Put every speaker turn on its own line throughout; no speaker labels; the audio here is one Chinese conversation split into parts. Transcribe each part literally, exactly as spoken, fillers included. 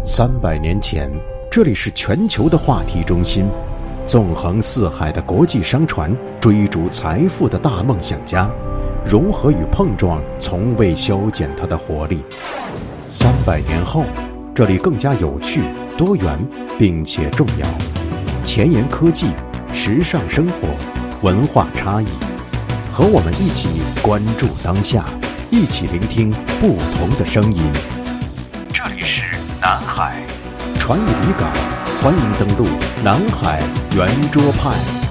三百年前，这里是全球的话题中心，纵横四海的国际商船，追逐财富的大梦想家，融合与碰撞从未消减它的活力。三百年后，这里更加有趣、多元，并且重要。前沿科技、时尚生活、文化差异，和我们一起关注当下，一起聆听不同的声音。这里是南海，船已离港，欢迎登陆南海圆桌派。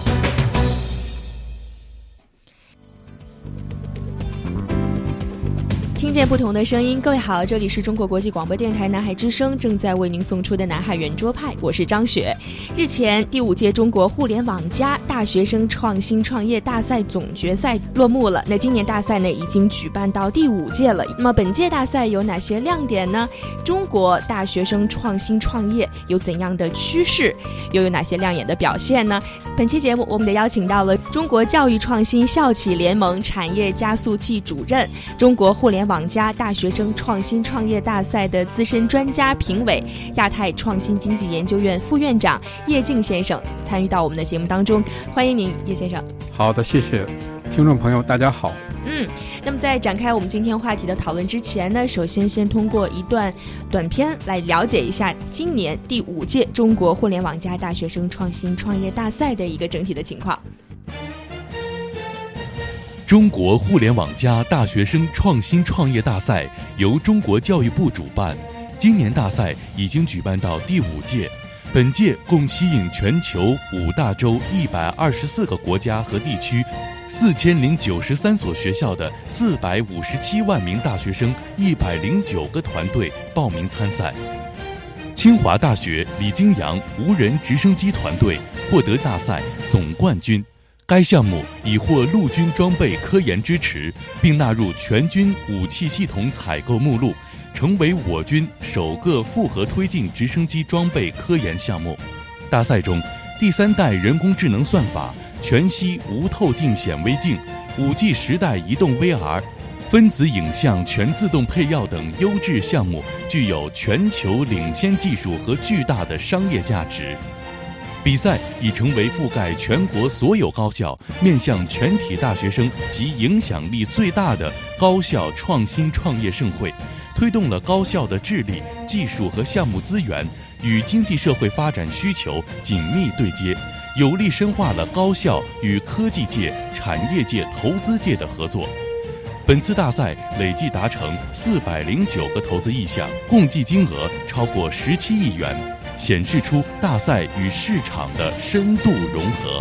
听见不同的声音，各位好，这里是中国国际广播电台南海之声正在为您送出的南海圆桌派，我是张雪。日前，第五届中国互联网加大学生创新创业大赛总决赛落幕了。那今年大赛呢已经举办到第五届了。那么本届大赛有哪些亮点呢？中国大学生创新创业有怎样的趋势？又有哪些亮眼的表现呢？本期节目我们也邀请到了中国教育创新校企联盟产业加速器主任，中国互联网加大学生创新创业大赛的资深专家评委，亚太创新经济研究院副院长叶静先生参与到我们的节目当中。欢迎您，叶先生。
好的，谢谢听众朋友，大家好。
嗯，那么在展开我们今天话题的讨论之前呢，首先先通过一段短片来了解一下今年第五届中国互联网加大学生创新创业大赛的一个整体的情况。
中国互联网加大学生创新创业大赛由中国教育部主办，今年大赛已经举办到第五届，本届共吸引全球五大洲一百二十四个国家和地区四千零九十三所学校的四百五十七万名大学生一百零九个团队报名参赛。清华大学李金阳无人直升机团队获得大赛总冠军。该项目已获陆军装备科研支持，并纳入全军武器系统采购目录，成为我军首个复合推进直升机装备科研项目。大赛中，第三代人工智能算法、全息无透镜显微镜、五 G 时代移动 V R、分子影像全自动配药等优质项目具有全球领先技术和巨大的商业价值。比赛已成为覆盖全国所有高校、面向全体大学生及影响力最大的高校创新创业盛会，推动了高校的智力、技术和项目资源与经济社会发展需求紧密对接，有力深化了高校与科技界、产业界、投资界的合作。本次大赛累计达成四百零九个投资意向，共计金额超过十七亿元，显示出大赛与市场的深度融合。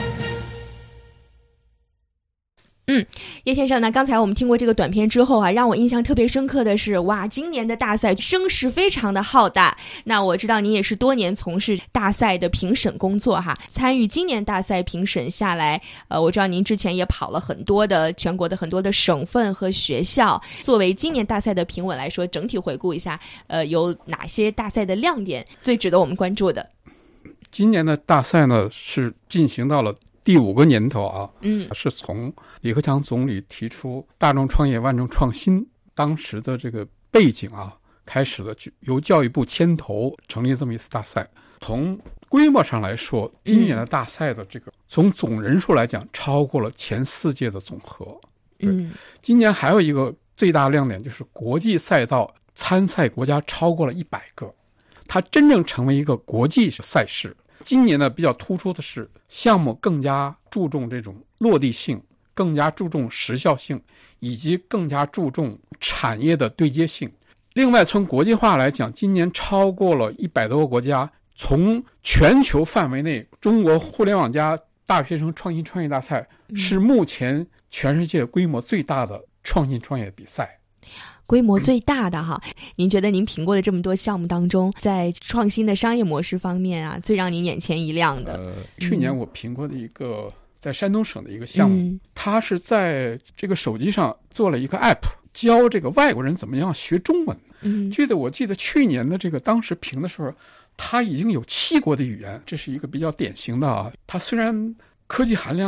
嗯，叶先生呢，刚才我们听过这个短片之后啊，让我印象特别深刻的是，哇，今年的大赛声势非常的浩大。那我知道您也是多年从事大赛的评审工作哈，参与今年大赛评审下来，呃，我知道您之前也跑了很多的全国的很多的省份和学校。作为今年大赛的评委来说，整体回顾一下，呃，有哪些大赛的亮点最值得我们关注的？
今年的大赛呢是进行到了第五个年头啊，
嗯，
是从李克强总理提出大众创业万众创新当时的这个背景啊，开始了由教育部牵头成立这么一次大赛。从规模上来说，今年的大赛的这个、嗯、从总人数来讲，超过了前四届的总和。
嗯，
今年还有一个最大亮点，就是国际赛道参赛国家超过了一百个，它真正成为一个国际赛事。今年呢，比较突出的是项目更加注重这种落地性，更加注重时效性，以及更加注重产业的对接性。另外，从国际化来讲，今年超过了一百多个国家，从全球范围内，中国互联网加大学生创新创业大赛是目前全世界规模最大的创新创业比赛。
规模最大的哈，您觉得您评过的这么多项目当中，在创新的商业模式方面啊，最让您眼前一亮的？
呃，去年我评过的一个在山东省的一个项目，嗯、它是在这个手机上做了一个 app， 教这个外国人怎么样学中文。嗯，记得我记得去年的这个当时评的时候，它已经有七国的语言，这是一个比较典型的啊。它虽然科技含量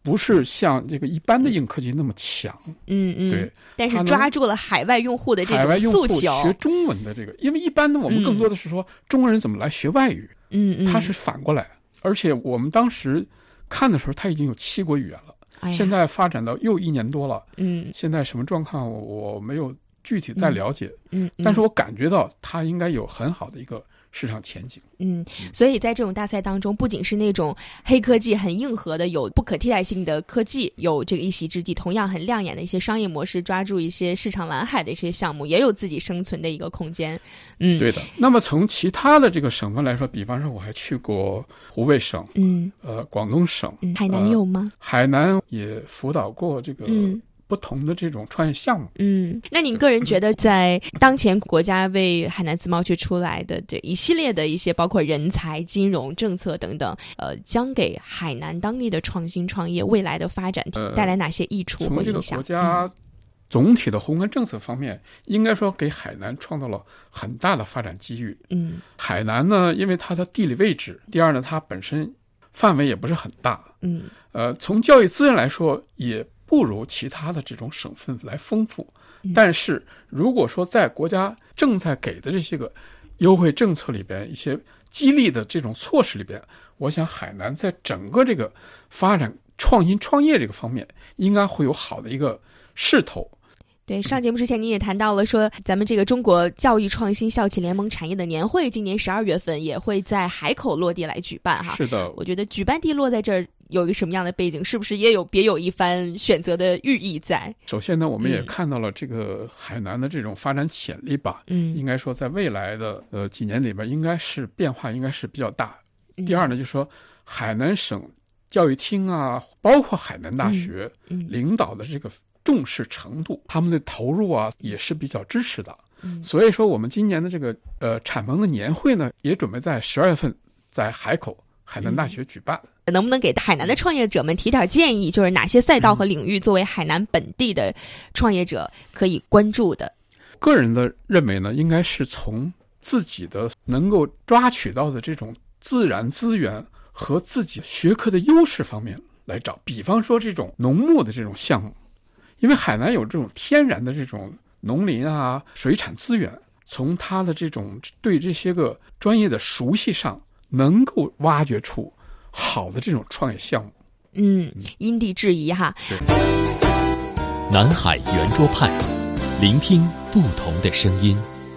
不是像这个一般的硬科技那么强。
嗯嗯，
对，
但是抓住了海外用户的这种诉求。
学中文的这个，因为一般呢，我们更多的是说、嗯、中国人怎么来学外语。
嗯嗯，
他是反过来，而且我们当时看的时候，他已经有七国语言了。哎、现在发展到又一年多了，嗯，现在什么状况我我没有具体再了解，
嗯，嗯
但是我感觉到它应该有很好的一个市场前景。
嗯，所以在这种大赛当中，不仅是那种黑科技很硬核的、有不可替代性的科技有这个一席之地，同样很亮眼的一些商业模式，抓住一些市场蓝海的一些项目，也有自己生存的一个空间。嗯，
对的。那么从其他的这个省份来说，比方说我还去过湖北省，
嗯，
呃，广东省，
嗯、海南有吗、
呃？海南也辅导过这个。嗯不同的这种创业项目。
嗯，那您个人觉得在当前国家为海南自贸区出来的这一系列的一些包括人才、金融政策等等，呃，将给海南当地的创新创业未来的发展带来哪些益处或影响？
从这个国家总体的宏观政策方面、嗯、应该说给海南创造了很大的发展机遇。
嗯，
海南呢，因为它的地理位置，第二呢，它本身范围也不是很大。
嗯，
呃，从教育资源来说也不如其他的这种省份来丰富，但是如果说在国家正在给的这些个优惠政策里边，一些激励的这种措施里边，我想海南在整个这个发展创新创业这个方面，应该会有好的一个势头。
对，上节目之前您也谈到了说，咱们这个中国教育创新校企联盟产业的年会，今年十二月份也会在海口落地来举办哈。
是的，
我觉得举办地落在这儿有一个什么样的背景，是不是也有别有一番选择的寓意在？
首先呢，我们也看到了这个海南的这种发展潜力吧，
嗯，
应该说在未来的呃几年里边，应该是变化应该是比较大。
嗯、
第二呢，就是说海南省教育厅啊，包括海南大学、
嗯嗯、
领导的这个重视程度，他们的投入啊也是比较支持的。
嗯，
所以说我们今年的这个呃产盟的年会呢，也准备在十二月份在海口海南大学举办。
嗯，能不能给海南的创业者们提点建议，就是哪些赛道和领域作为海南本地的创业者可以关注的？
个人的认为呢，应该是从自己的能够抓取到的这种自然资源和自己学科的优势方面来找，比方说这种农牧的这种项目，因为海南有这种天然的这种农林啊水产资源，从它的这种对这些个专业的熟悉上，能够挖掘出好的这种创业项目。
嗯，因地制宜哈。
南海圆桌派，聆听不同的声音。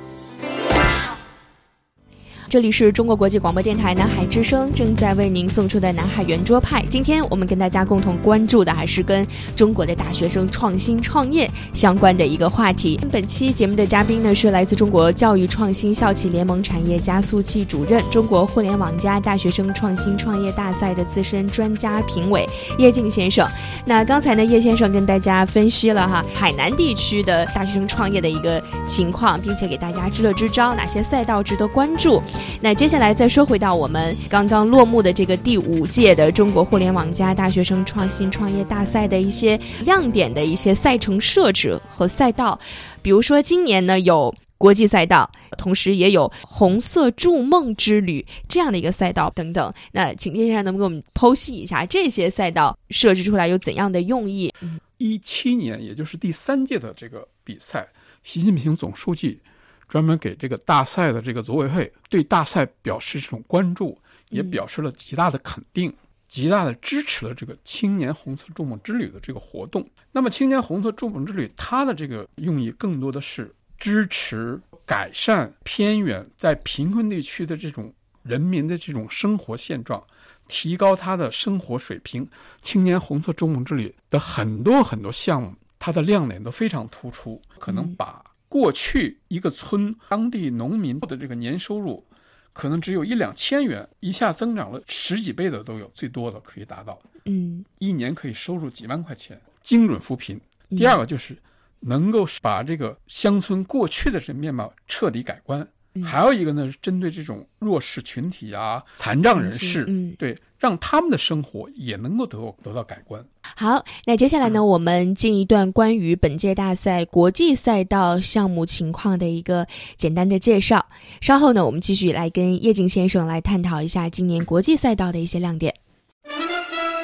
这里是中国国际广播电台南海之声正在为您送出的南海圆桌派。今天我们跟大家共同关注的还是跟中国的大学生创新创业相关的一个话题。本期节目的嘉宾呢是来自中国教育创新校企联盟产业加速器主任、中国互联网加大学生创新创业大赛的资深专家评委叶静先生。那刚才呢，叶先生跟大家分析了哈海南地区的大学生创业的一个情况，并且给大家支了支招，哪些赛道值得关注。那接下来再说回到我们刚刚落幕的这个第五届的中国互联网加大学生创新创业大赛的一些亮点的一些赛程设置和赛道。比如说今年呢有国际赛道，同时也有红色筑梦之旅这样的一个赛道等等。那请叶先生能不能给我们剖析一下这些赛道设置出来有怎样的用意？
一七年也就是第三届的这个比赛，习近平总书记专门给这个大赛的这个组委会对大赛表示这种关注，也表示了极大的肯定，嗯、极大的支持了这个青年红色筑梦之旅的这个活动。那么青年红色筑梦之旅它的这个用意更多的是支持改善偏远在贫困地区的这种人民的这种生活现状，提高他的生活水平。青年红色筑梦之旅的很多很多项目，它的亮点都非常突出，可能把过去一个村当地农民的这个年收入可能只有一两千元，一下增长了十几倍的都有，最多的可以达到，
嗯，
一年可以收入几万块钱，精准扶贫。第二个就是能够把这个乡村过去的这面貌彻底改观。嗯、还有一个呢，是针对这种弱势群体啊、残障人士，
嗯，
对，让他们的生活也能够得得到改观。
好，那接下来呢，我们进一段关于本届大赛国际赛道项目情况的一个简单的介绍。稍后呢，我们继续来跟叶静先生来探讨一下今年国际赛道的一些亮点。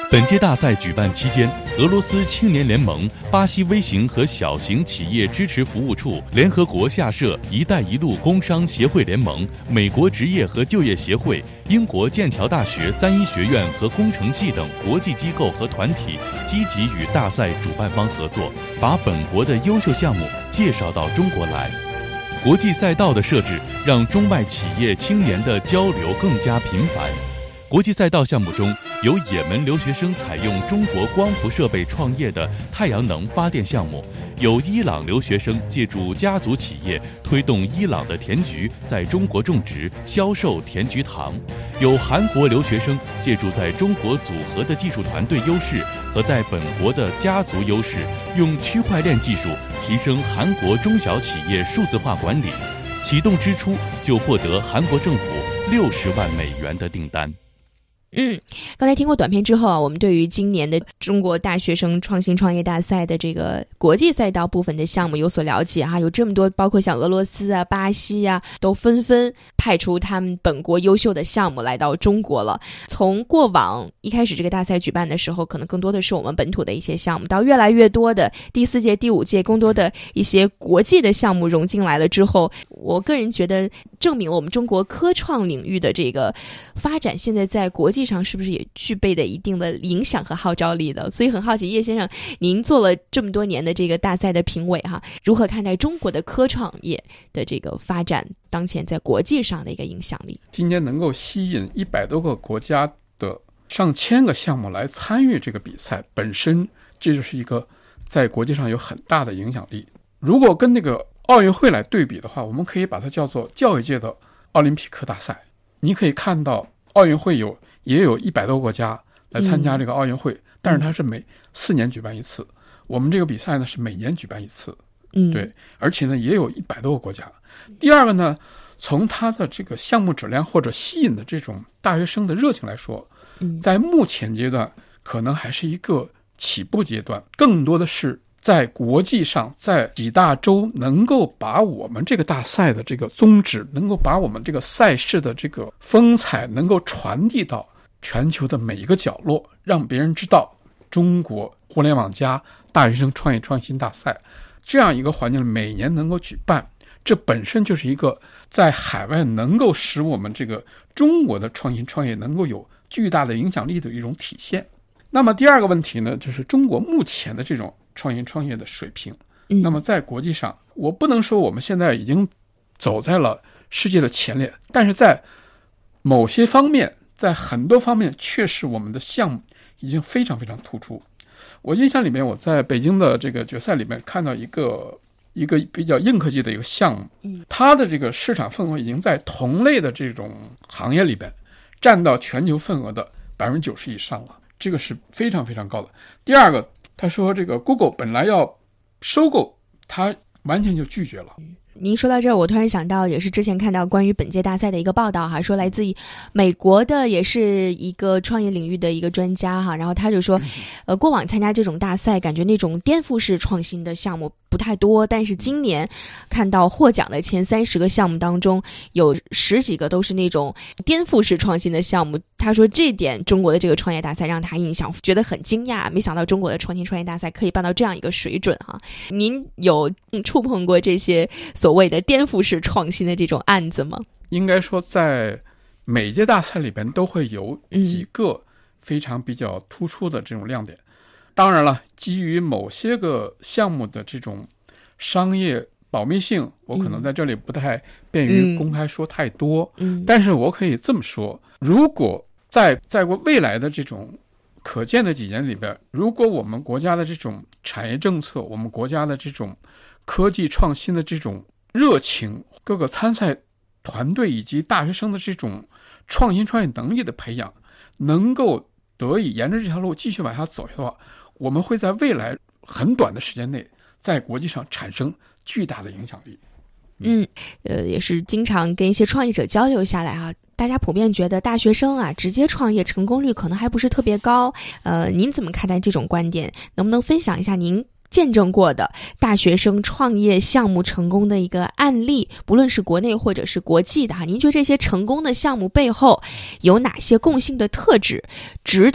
本届大赛举办期间，俄罗斯青年联盟、巴西微型和小型企业支持服务处、联合国下设“一带一路”工商协会联盟、美国职业和就业协会、英国剑桥大学三一学院和工程系等国际机构和团体积极与大赛主办方合作，把本国的优秀项目介绍到中国来。国际赛道的设置让中外企业青年的交流更加频繁。国际赛道项目中，由也门留学生采用中国光伏设备创业的太阳能发电项目，有伊朗留学生借助家族企业推动伊朗的甜菊在中国种植、销售甜菊糖，有韩国留学生借助在中国组合的技术团队优势和在本国的家族优势，用区块链技术提升韩国中小企业数字化管理，启动之初就获得韩国政府六十万美元的订单。
嗯，刚才听过短片之后啊，我们对于今年的中国大学生创新创业大赛的这个国际赛道部分的项目有所了解哈，有这么多，包括像俄罗斯啊、巴西啊，都纷纷派出他们本国优秀的项目来到中国了。从过往一开始这个大赛举办的时候，可能更多的是我们本土的一些项目，到越来越多的第四届、第五届更多的一些国际的项目融进来了之后，我个人觉得证明了我们中国科创领域的这个发展现在在国际上是不是也具备的一定的影响和号召力的。所以很好奇，叶先生您做了这么多年的这个大赛的评委哈，如何看待中国的科创业的这个发展当前在国际上的一个影响力？
今年能够吸引一百多个国家的上千个项目来参与这个比赛，本身这就是一个在国际上有很大的影响力。如果跟那个奥运会来对比的话，我们可以把它叫做教育界的奥林匹克大赛。你可以看到奥运会有也有一百多个国家来参加这个奥运会、嗯、但是它是每四年举办一次，我们这个比赛呢是每年举办一次。
嗯，
对，而且呢也有一百多个国家。第二个呢，从它的这个项目质量或者吸引的这种大学生的热情来说，在目前阶段可能还是一个起步阶段，更多的是在国际上，在几大洲能够把我们这个大赛的这个宗旨，能够把我们这个赛事的这个风采能够传递到全球的每一个角落，让别人知道中国互联网加大学生创业创新大赛这样一个环境每年能够举办，这本身就是一个在海外能够使我们这个中国的创新创业能够有巨大的影响力的一种体现。那么第二个问题呢，就是中国目前的这种创新创业的水平。那么在国际上，我不能说我们现在已经走在了世界的前列，但是在某些方面，在很多方面确实我们的项目已经非常非常突出。我印象里面，我在北京的这个决赛里面看到一个一个比较硬科技的一个项目，它的这个市场份额已经在同类的这种行业里边占到全球份额的百分之九十以上了，这个是非常非常高的。第二个，他说这个 Google 本来要收购，他完全就拒绝了。
您说到这儿，我突然想到，也是之前看到关于本届大赛的一个报道哈，说来自于美国的也是一个创业领域的一个专家哈，然后他就说，呃，过往参加这种大赛，感觉那种颠覆式创新的项目不太多，但是今年看到获奖的前三十个项目当中，有十几个都是那种颠覆式创新的项目。他说这点中国的这个创业大赛让他印象觉得很惊讶，没想到中国的创新创业大赛可以办到这样一个水准哈。您有触碰过这些所谓的颠覆式创新的这种案子吗？
应该说在每届大赛里边都会有几个非常比较突出的这种亮点、嗯、当然了，基于某些个项目的这种商业保密性，我可能在这里不太便于公开说太多、嗯嗯、但是我可以这么说，如果在在过未来的这种可见的几年里边，如果我们国家的这种产业政策，我们国家的这种科技创新的这种热情，各个参赛团队以及大学生的这种创新创业能力的培养，能够得以沿着这条路继续往下走的话，我们会在未来很短的时间内在国际上产生巨大的影响力。
嗯，呃，也是经常跟一些创业者交流下来啊，大家普遍觉得大学生啊直接创业成功率可能还不是特别高。呃，您怎么看待这种观点？能不能分享一下您见证过的大学生创业项目成功的一个案例，不论是国内或者是国际的哈？您觉得这些成功的项目背后有哪些共性的特质，值得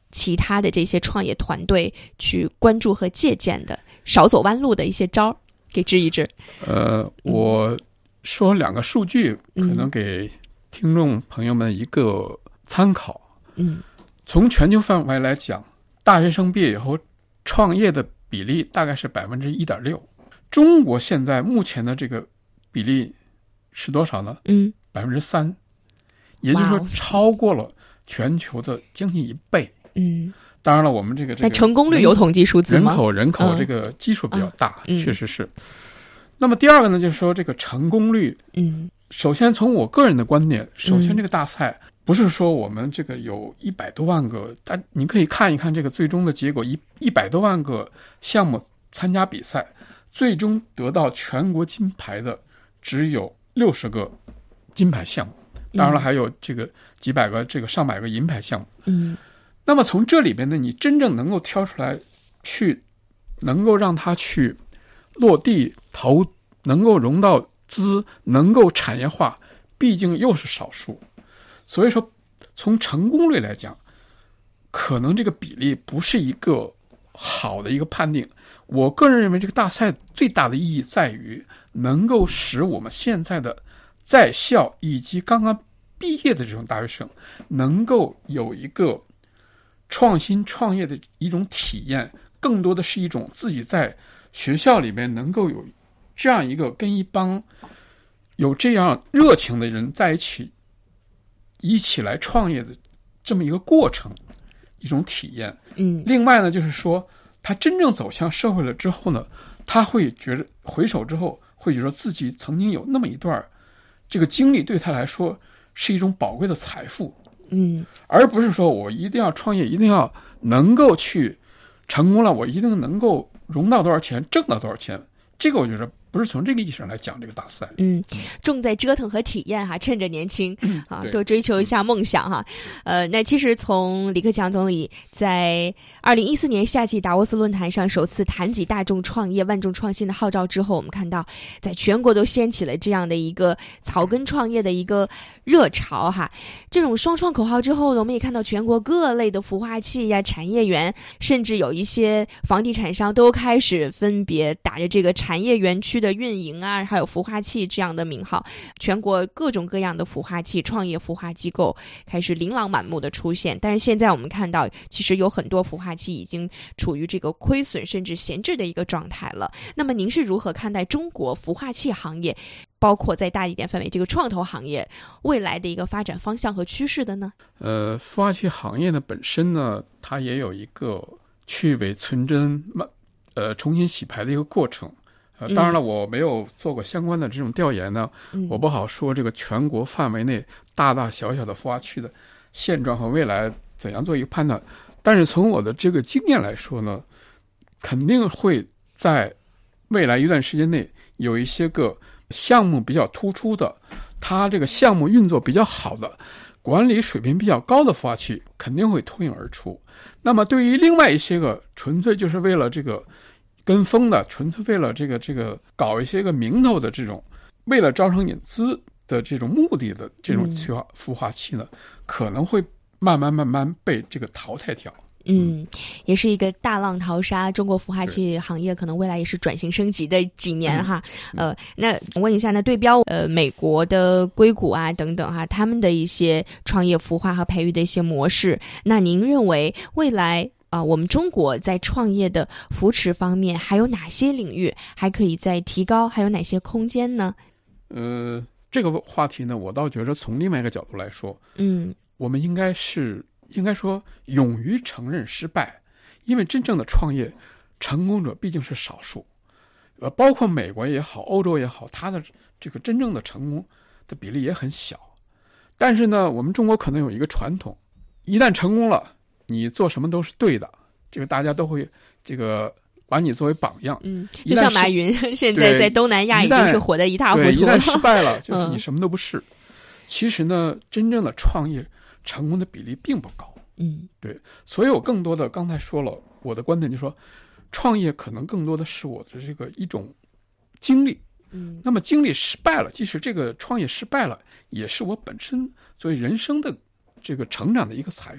其他的这些创业团队去关注和借鉴的，少走弯路的一些招，给支一支。
呃，我说两个数据，可能给听众朋友们一个参考。
嗯，
从全球范围来讲，大学生毕业以后创业的比例大概是百分之一点六。中国现在目前的这个比例是多少呢？
嗯，
百分之三，也就是说超过了全球的将近一倍。
嗯，
当然了，我们这个这个
那成功率有统计数字吗？
人口人口这个基数比较大，
嗯、
确实是。那么第二个呢，就是说这个成功率，
嗯，
首先从我个人的观点，首先这个大赛不是说我们这个有一百多万个，但你可以看一看这个最终的结果，一一百多万个项目参加比赛，最终得到全国金牌的只有六十个金牌项目，当然了，还有这个几百个、这个上百个银牌项目。
嗯，
那么从这里边呢，你真正能够挑出来，去能够让它去落地投，能够融到资，能够产业化，毕竟又是少数。所以说，从成功率来讲，可能这个比例不是一个好的一个判定。我个人认为，这个大赛最大的意义在于能够使我们现在的在校以及刚刚毕业的这种大学生，能够有一个创新创业的一种体验，更多的是一种自己在学校里面能够有这样一个跟一帮有这样热情的人在一起一起来创业的这么一个过程，一种体验。
嗯，
另外呢，就是说他真正走向社会了之后呢，他会觉得回首之后会觉得自己曾经有那么一段这个经历，对他来说是一种宝贵的财富。
嗯，
而不是说我一定要创业，一定要能够去成功了，我一定能够融到多少钱，挣到多少钱。这个我觉得不是从这个意义上来讲这个大赛。
嗯，重在折腾和体验哈，趁着年轻啊，多追求一下梦想哈。呃，那其实从李克强总理在二零一四年夏季达沃斯论坛上首次谈及大众创业、万众创新的号召之后，我们看到在全国都掀起了这样的一个草根创业的一个热潮哈。这种双创口号之后呢，我们也看到全国各类的孵化器呀、产业园，甚至有一些房地产商都开始分别打着这个产业园区的运营啊，还有孵化器这样的名号，全国各种各样的孵化器、创业孵化机构开始琳琅满目的出现。但是现在我们看到，其实有很多孵化器已经处于这个亏损甚至闲置的一个状态了。那么您是如何看待中国孵化器行业，包括在大一点范围这个创投行业未来的一个发展方向和趋势的呢？
呃，孵化器行业呢本身呢，它也有一个去伪存真、呃重新洗牌的一个过程。呃，当然了，我没有做过相关的这种调研呢，
嗯、
我不好说这个全国范围内大大小小的孵化器的现状和未来怎样做一个判断。但是从我的这个经验来说呢，肯定会在未来一段时间内有一些个项目比较突出的，它这个项目运作比较好的，管理水平比较高的孵化器肯定会脱颖而出。那么对于另外一些个纯粹就是为了这个跟风的，纯粹为了这个这个搞一些个名头的这种，为了招商引资的这种目的的这种孵化器呢，可能会慢慢慢慢被这个淘汰掉。
嗯，也是一个大浪淘沙，中国孵化器行业可能未来也是转型升级的几年哈。嗯、呃，那问一下呢，对标呃美国的硅谷啊等等哈，他们的一些创业孵化和培育的一些模式，那您认为未来啊、呃，我们中国在创业的扶持方面还有哪些领域还可以再提高，还有哪些空间呢？
呃，这个话题呢，我倒觉得从另外一个角度来说，
嗯，
我们应该是应该说勇于承认失败，因为真正的创业成功者毕竟是少数，呃，包括美国也好，欧洲也好，它的这个真正的成功的比例也很小。但是呢，我们中国可能有一个传统，一旦成功了，你做什么都是对的，这个大家都会这个把你作为榜样。
嗯，就像马云现在在东南亚已经是火得一塌糊涂了。
对，一旦失败了，就是你什么都不是。嗯、其实呢，真正的创业成功的比例并不高。
嗯，
对，所以我更多的刚才说了，我的观点就是说，创业可能更多的是我的这个一种经历。
嗯，
那么经历失败了，即使这个创业失败了，也是我本身作为人生的这个成长的一个财富。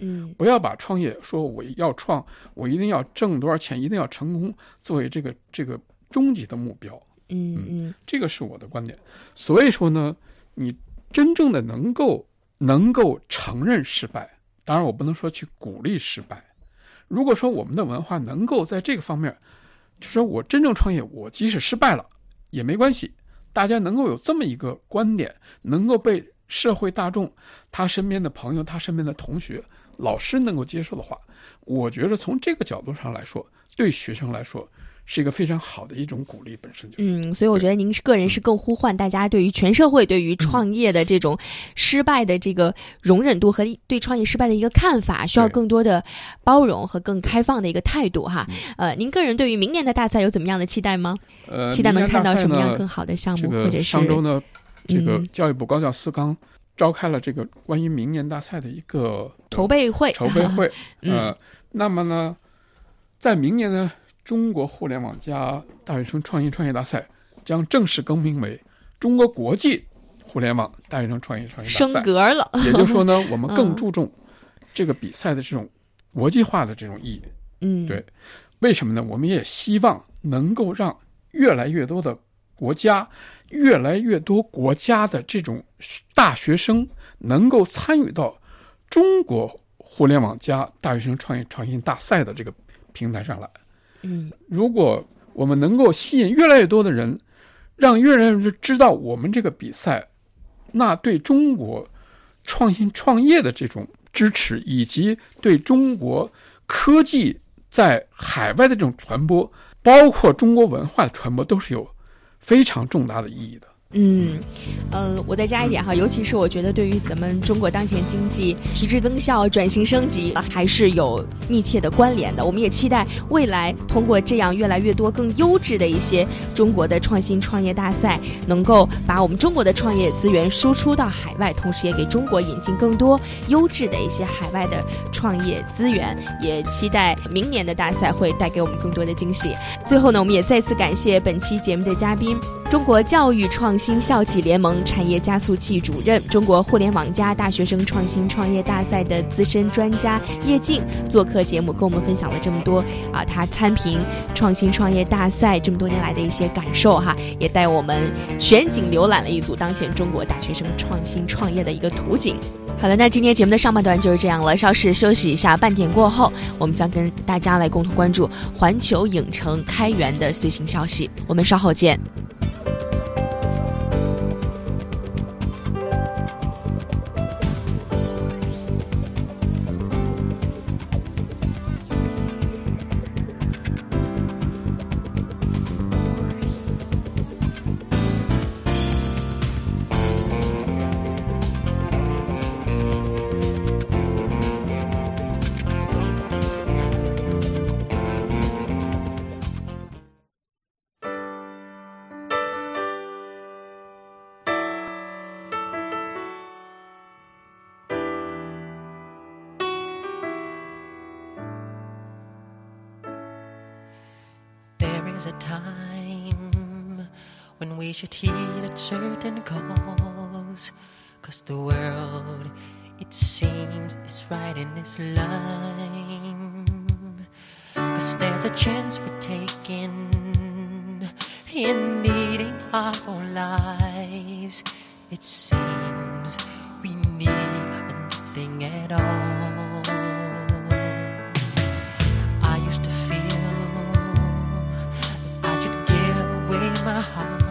嗯，
不要把创业说我要创，我一定要挣多少钱，一定要成功作为这个这个终极的目标。
嗯嗯，
这个是我的观点。所以说呢，你真正的能够能够承认失败，当然我不能说去鼓励失败。如果说我们的文化能够在这个方面，就说我真正创业，我即使失败了也没关系，大家能够有这么一个观点，能够被社会大众、他身边的朋友、他身边的同学、老师能够接受的话，我觉得从这个角度上来说，对学生来说是一个非常好的一种鼓励，本身就是。
嗯，所以我觉得您个人是更呼唤大家对于全社会对于创业的这种失败的这个容忍度和对创业失败的一个看法，需要更多的包容和更开放的一个态度哈。呃，您个人对于明年的大赛有怎么样的期待吗？
呃，
期待能看到什么样更好的项目，
这个、
或者是
上周呢，这个
嗯
教育部高教司纲召开了这个关于明年大赛的一个
筹备会，
筹备会，
嗯、
呃，那么呢，在明年呢，中国互联网加大学生创新创业大赛将正式更名为中国国际互联网大学生创业创业大赛，
升格了。
也就是说呢，我们更注重这个比赛的这种国际化的这种意义。
嗯，
对，为什么呢？我们也希望能够让越来越多的国家、越来越多国家的这种大学生能够参与到中国互联网加大学生创业创新大赛的这个平台上来。
嗯，
如果我们能够吸引越来越多的人，让越来越多人知道我们这个比赛，那对中国创新创业的这种支持，以及对中国科技在海外的这种传播，包括中国文化的传播，都是有非常重大的意义的。
嗯，呃，我再加一点哈，尤其是我觉得对于咱们中国当前经济提质增效、转型升级，还是有密切的关联的。我们也期待未来通过这样越来越多更优质的一些中国的创新创业大赛，能够把我们中国的创业资源输出到海外，同时也给中国引进更多优质的一些海外的创业资源。也期待明年的大赛会带给我们更多的惊喜。最后呢，我们也再次感谢本期节目的嘉宾，中国教育创新校企联盟产业加速器主任、中国互联网加大学生创新创业大赛的资深专家叶静做客节目，跟我们分享了这么多啊，他参评创新创业大赛这么多年来的一些感受哈，也带我们全景浏览了一组当前中国大学生创新创业的一个图景。好了，那今天节目的上半段就是这样了，稍事休息一下，半点过后我们将跟大家来共同关注环球影城开园的最新消息，我们稍后见。
There's a time when we should heed a certain cause, 'cause the world, it seems, is right in its line. 'Cause there's a chance we're taking in leading our own lives. It seems we need nothing at all. I used to feel I should give away my heart,